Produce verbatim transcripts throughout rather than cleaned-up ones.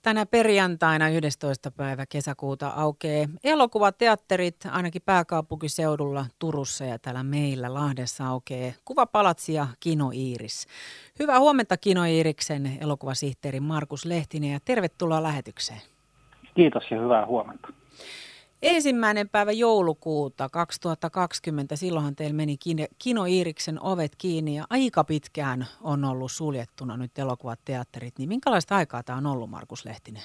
Tänä perjantaina yhdestoista päivä kesäkuuta aukeaa elokuvateatterit ainakin pääkaupunkiseudulla Turussa ja täällä meillä Lahdessa aukeaa Kuvapalatsi ja Kino Iiris. Hyvää huomenta Kino Iiriksen elokuvasihteeri Markus Lehtinen ja tervetuloa lähetykseen. Kiitos ja hyvää huomenta. Ensimmäinen päivä joulukuuta kaksituhattakaksikymmentä, silloinhan teillä meni Kino Iiriksen ovet kiinni ja aika pitkään on ollut suljettuna nyt elokuvateatterit. Niin minkälaista aikaa tämä on ollut, Markus Lehtinen?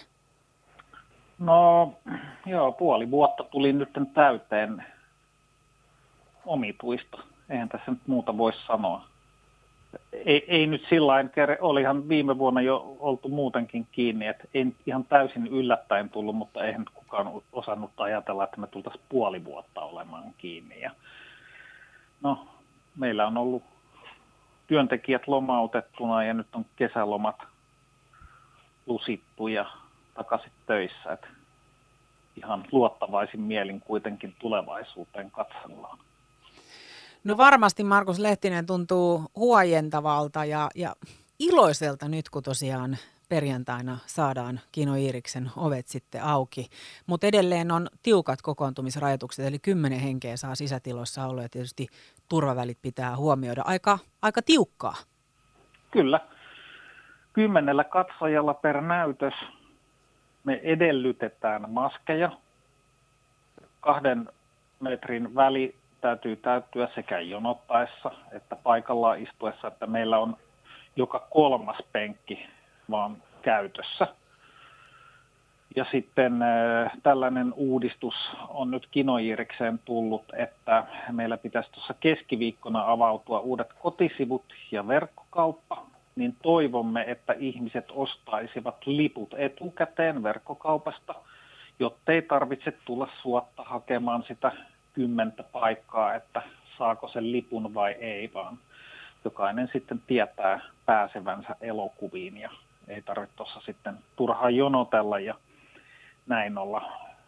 No joo, puoli vuotta tuli nyt täyteen omituista. Eihän tässä nyt muuta voi sanoa. Ei, ei nyt sillain, olihan viime vuonna jo oltu muutenkin kiinni, että ei ihan täysin yllättäen tullut, mutta eihän kukaan osannut ajatella, että me tultaisiin puoli vuotta olemaan kiinni. Ja no, meillä on ollut työntekijät lomautettuna ja nyt on kesälomat lusittu ja takaisin töissä, että ihan luottavaisin mielin kuitenkin tulevaisuuteen katsellaan. No varmasti Markus Lehtinen tuntuu huojentavalta ja, ja iloiselta nyt, kun tosiaan perjantaina saadaan Kino Iiriksen ovet sitten auki. Mutta edelleen on tiukat kokoontumisrajoitukset, eli kymmenen henkeä saa sisätiloissa olla ja tietysti turvavälit pitää huomioida. Aika, aika tiukkaa. Kyllä. Kymmenellä katsojalla per näytös me edellytetään maskeja. Kahden metrin väli täytyy täyttyä sekä jonottaessa että paikallaan istuessa, että meillä on joka kolmas penkki vaan käytössä. Ja sitten äh, tällainen uudistus on nyt Kino Iirikseen tullut, että meillä pitäisi tuossa keskiviikkona avautua uudet kotisivut ja verkkokauppa, niin toivomme, että ihmiset ostaisivat liput etukäteen verkkokaupasta, jottei tarvitse tulla suotta hakemaan sitä kymmentä paikkaa, että saako sen lipun vai ei, vaan jokainen sitten tietää pääsevänsä elokuviin ja ei tarvitse tuossa sitten turhaan jonotella ja näin olla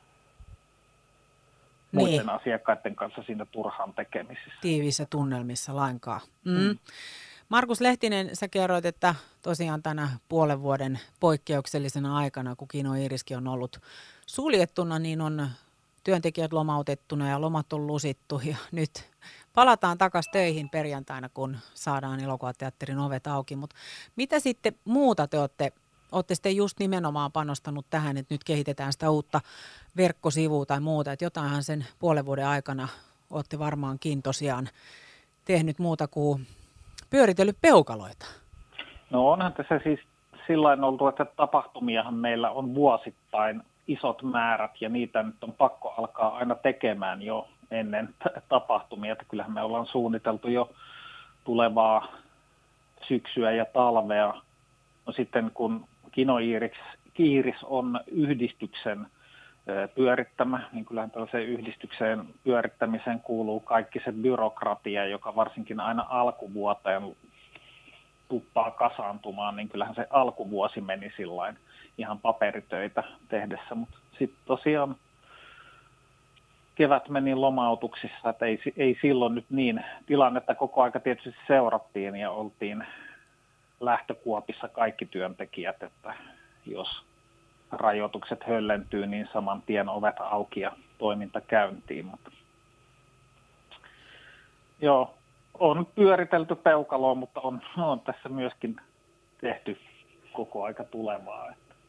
muiden niin. asiakkaiden kanssa siinä turhaan tekemisissä. Tiiviissä tunnelmissa lainkaan. Mm. Mm. Markus Lehtinen, sä kerroit, että tosiaan tänä puolen vuoden poikkeuksellisena aikana, kun Kino Iiriskin on ollut suljettuna, niin on työntekijät lomautettuna ja lomat on lusittu ja nyt palataan takaisin töihin perjantaina, kun saadaan elokuvateatterin ovet auki. Mutta mitä sitten muuta te olette, olette sitten just nimenomaan panostanut tähän, että nyt kehitetään sitä uutta verkkosivua tai muuta, että jotainhan sen puolen vuoden aikana olette varmaankin tosiaan tehnyt muuta kuin pyöritellyt peukaloita. No onhan tässä siis sillain oltu, että tapahtumiahan meillä on vuosittain isot määrät ja niitä nyt on pakko alkaa aina tekemään jo ennen tapahtumia, että kyllähän me ollaan suunniteltu jo tulevaa syksyä ja talvea. No sitten kun Kino Iiris on yhdistyksen pyörittämä, niin kyllähän tällaiseen yhdistykseen pyörittämiseen kuuluu kaikki se byrokratia, joka varsinkin aina alkuvuoteen tuppaa kasaantumaan, niin kyllähän se alkuvuosi meni sillain ihan paperitöitä tehdessä, mutta sitten tosiaan kevät meni lomautuksissa, että ei, ei silloin nyt niin tilannetta koko aika tietysti seurattiin ja oltiin lähtökuopissa kaikki työntekijät, että jos rajoitukset höllentyy, niin saman tien ovet auki ja toiminta käyntiin. Mutta joo, on pyöritelty peukaloa, mutta on, on tässä myöskin tehty koko aika tulevaa.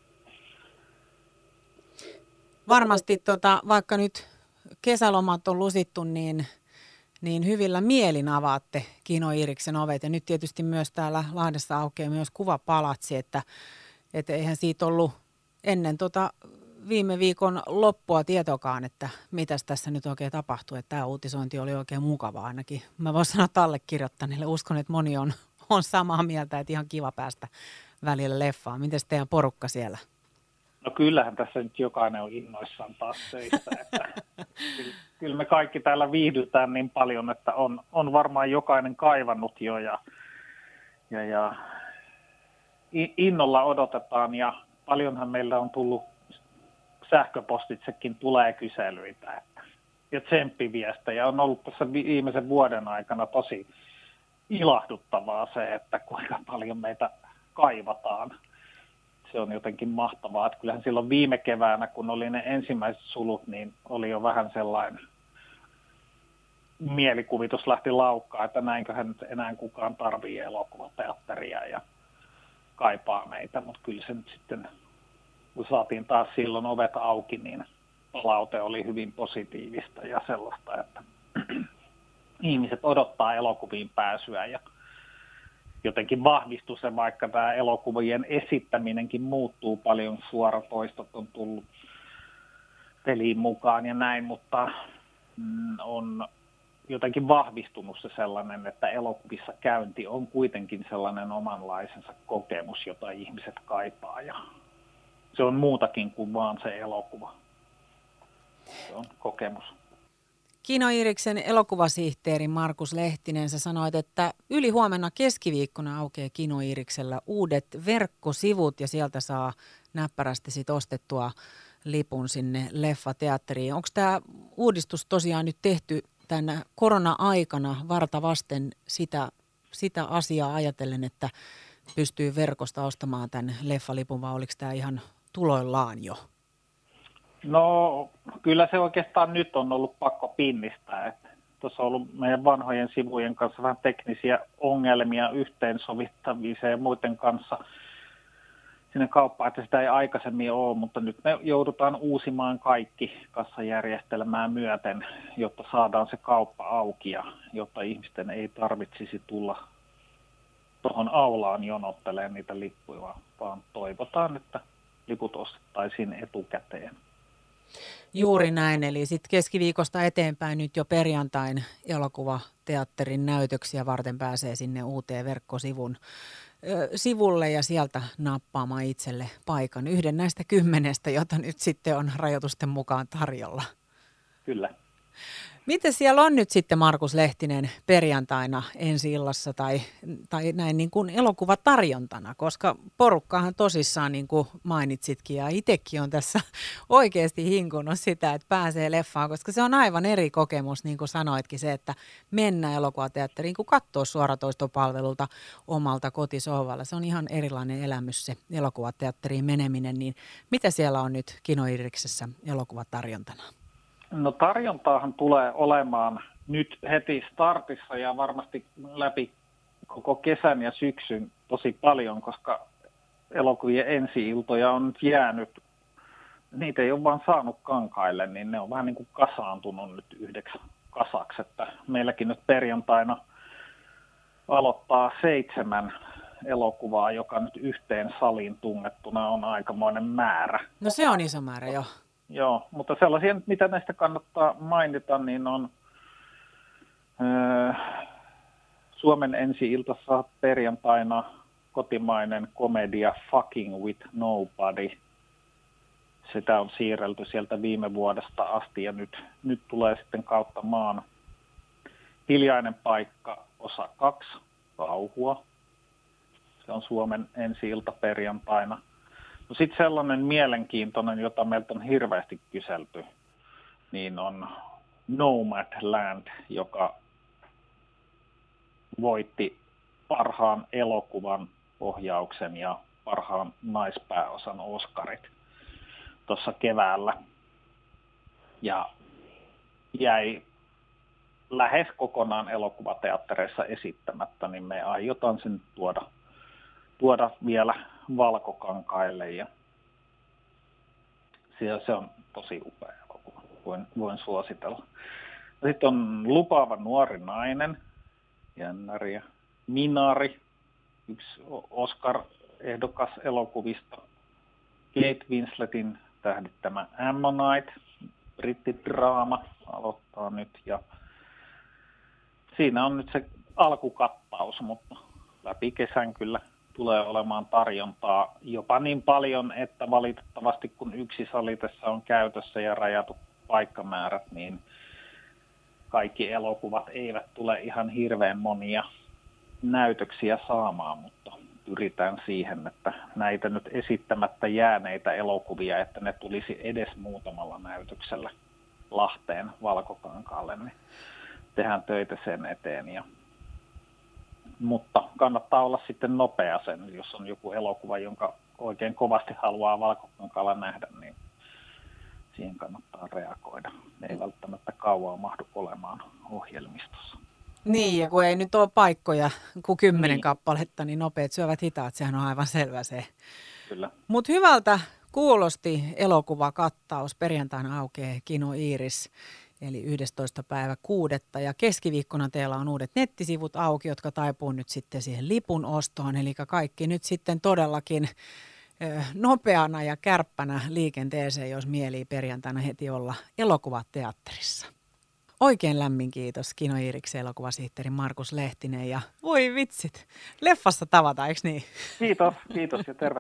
Varmasti tota, vaikka nyt kesälomat on lusittu, niin, niin hyvillä mielin avaatte Kino Iiriksen ovet. Ja nyt tietysti myös täällä Lahdessa aukeaa myös Kuvapalatsi, että, että eihän siitä ollut ennen tota viime viikon loppua tietokaan, että mitäs tässä nyt oikein tapahtuu. Että tämä uutisointi oli oikein mukavaa ainakin. Mä voin sanoa allekirjoittaneille. Uskon, että moni on, on samaa mieltä, että ihan kiva päästä välillä leffaan. Mites teidän porukka siellä? No kyllähän tässä nyt jokainen on innoissaan taas töistä, että kyllä me kaikki täällä viihdytään niin paljon, että on, on varmaan jokainen kaivannut jo ja, ja, ja innolla odotetaan ja paljonhan meillä on tullut sähköpostitsekin tulee kyselyitä että, ja tsemppiviestejä on ollut tässä viimeisen vuoden aikana tosi ilahduttavaa se, että kuinka paljon meitä kaivataan. se on jotenkin mahtavaa. Että kyllähän silloin viime keväänä, kun oli ne ensimmäiset sulut, niin oli jo vähän sellainen mielikuvitus lähti laukkaan, että näinköhän nyt enää kukaan tarvii elokuvateatteria ja kaipaa meitä, mutta kyllä se nyt sitten, kun saatiin taas silloin ovet auki, niin palaute oli hyvin positiivista ja sellaista, että ihmiset odottaa elokuviin pääsyä ja jotenkin vahvistui se, vaikka tämä elokuvien esittäminenkin muuttuu paljon, suoratoistot on tullut peliin mukaan ja näin, mutta on jotenkin vahvistunut se sellainen, että elokuvissa käynti on kuitenkin sellainen omanlaisensa kokemus, jota ihmiset kaipaa ja se on muutakin kuin vaan se elokuva. Se on kokemus. Kino Iiriksen elokuvasihteeri Markus Lehtinen, sä sanoit, että yli huomenna keskiviikkona aukeaa Kino Iiriksellä uudet verkkosivut ja sieltä saa näppärästi sit ostettua lipun sinne leffateatteriin. Onko tämä uudistus tosiaan nyt tehty tämän korona-aikana varta vasten sitä, sitä asiaa ajatellen, että pystyy verkosta ostamaan tämän leffalipun, vai oliko tämä ihan tuloillaan jo? No kyllä se oikeastaan nyt on ollut pakko pinnistää. Että tuossa on ollut meidän vanhojen sivujen kanssa vähän teknisiä ongelmia yhteensovittamiseen ja muiden kanssa sinne kauppaan, että sitä ei aikaisemmin ole, mutta nyt me joudutaan uusimaan kaikki kassajärjestelmää myöten, jotta saadaan se kauppa auki ja jotta ihmisten ei tarvitsisi tulla tuohon aulaan jonottelemaan niitä lippuja, vaan toivotaan, että liput ostettaisiin etukäteen. Juuri näin, eli sitten keskiviikosta eteenpäin nyt jo perjantain elokuvateatterin näytöksiä varten pääsee sinne uuteen verkkosivun ö, sivulle ja sieltä nappaamaan itselle paikan. Yhden näistä kymmenestä, jota nyt sitten on rajoitusten mukaan tarjolla. Kyllä. Miten siellä on nyt sitten, Markus Lehtinen, perjantaina ensi-illassa tai, tai näin niin kuin elokuvatarjontana, koska porukkaahan tosissaan, niin kuin mainitsitkin, ja itsekin on tässä oikeasti hinkunut sitä, että pääsee leffaan, koska se on aivan eri kokemus, niin kuin sanoitkin, se, että mennä elokuvateatteriin, kun katsoo suoratoistopalvelulta omalta kotisohvalla. Se on ihan erilainen elämys se elokuvateatteriin meneminen, niin mitä siellä on nyt Kino Iiriksessä elokuvatarjontana? No tarjontaahan tulee olemaan nyt heti startissa ja varmasti läpi koko kesän ja syksyn tosi paljon, koska elokuvien ensi-iltoja on nyt jäänyt, niitä ei ole vaan saanut kankaille, niin ne on vähän niin kuin kasaantunut nyt yhdeksi kasaksi, että meilläkin nyt perjantaina aloittaa seitsemän elokuvaa, joka nyt yhteen saliin tungettuna on aikamoinen määrä. No se on iso määrä jo. Joo, mutta sellaisia, mitä näistä kannattaa mainita, niin on öö, Suomen ensi-iltassa perjantaina kotimainen komedia Fucking with Nobody. Sitä on siirrelty sieltä viime vuodesta asti ja nyt, nyt tulee sitten kautta maan Hiljainen paikka osa kaksi, Kauhua. Se on Suomen ensi-ilta perjantaina. No sitten sellainen mielenkiintoinen, jota meiltä on hirveästi kyselty, niin on Nomadland, joka voitti parhaan elokuvan ohjauksen ja parhaan naispääosan Oscarit tuossa keväällä. Ja jäi lähes kokonaan elokuvateattereissa esittämättä, niin me aiotaan sen tuoda, tuoda vielä valkokankaille ja se, se on tosi upea elokuva, voin, voin suositella. Sitten on Lupaava nuori nainen, jännäri ja Minari, yksi Oscar-ehdokas elokuvista. Kate Winsletin tähdittämä Ammonite, brittidraama aloittaa nyt ja siinä on nyt se alkukattaus, mutta läpi kesän kyllä tulee olemaan tarjontaa jopa niin paljon, että valitettavasti kun yksi sali tässä on käytössä ja rajatut paikkamäärät, niin kaikki elokuvat eivät tule ihan hirveän monia näytöksiä saamaan, mutta pyritään siihen, että näitä nyt esittämättä jääneitä elokuvia, että ne tulisi edes muutamalla näytöksellä Lahteen Valkokankaalle, niin tehdään töitä sen eteen. Ja mutta kannattaa olla sitten nopea sen, jos on joku elokuva, jonka oikein kovasti haluaa valkokankaalla nähdä, niin siihen kannattaa reagoida. Ne ei välttämättä kauaa mahdu olemaan ohjelmistossa. Niin, ja kun ei nyt ole paikkoja kuin kymmenen Niin. kappaletta, niin nopeat syövät hitaat, sehän on aivan selvä se. Kyllä. Mutta hyvältä kuulosti elokuvakattaus. Perjantaina aukeaa Kino Iiris, eli yhdestoista päivä kuudetta. Ja keskiviikkona teillä on uudet nettisivut auki, jotka taipuu nyt sitten siihen lipun ostoon. Eli kaikki nyt sitten todellakin ö, nopeana ja kärppänä liikenteeseen, jos mielii perjantaina heti olla elokuvateatterissa. Oikein lämmin kiitos Kino Iiriksen elokuvasihteeri Markus Lehtinen ja voi vitsit, leffassa tavata, eikö niin? Kiitos, kiitos ja tervetuloa.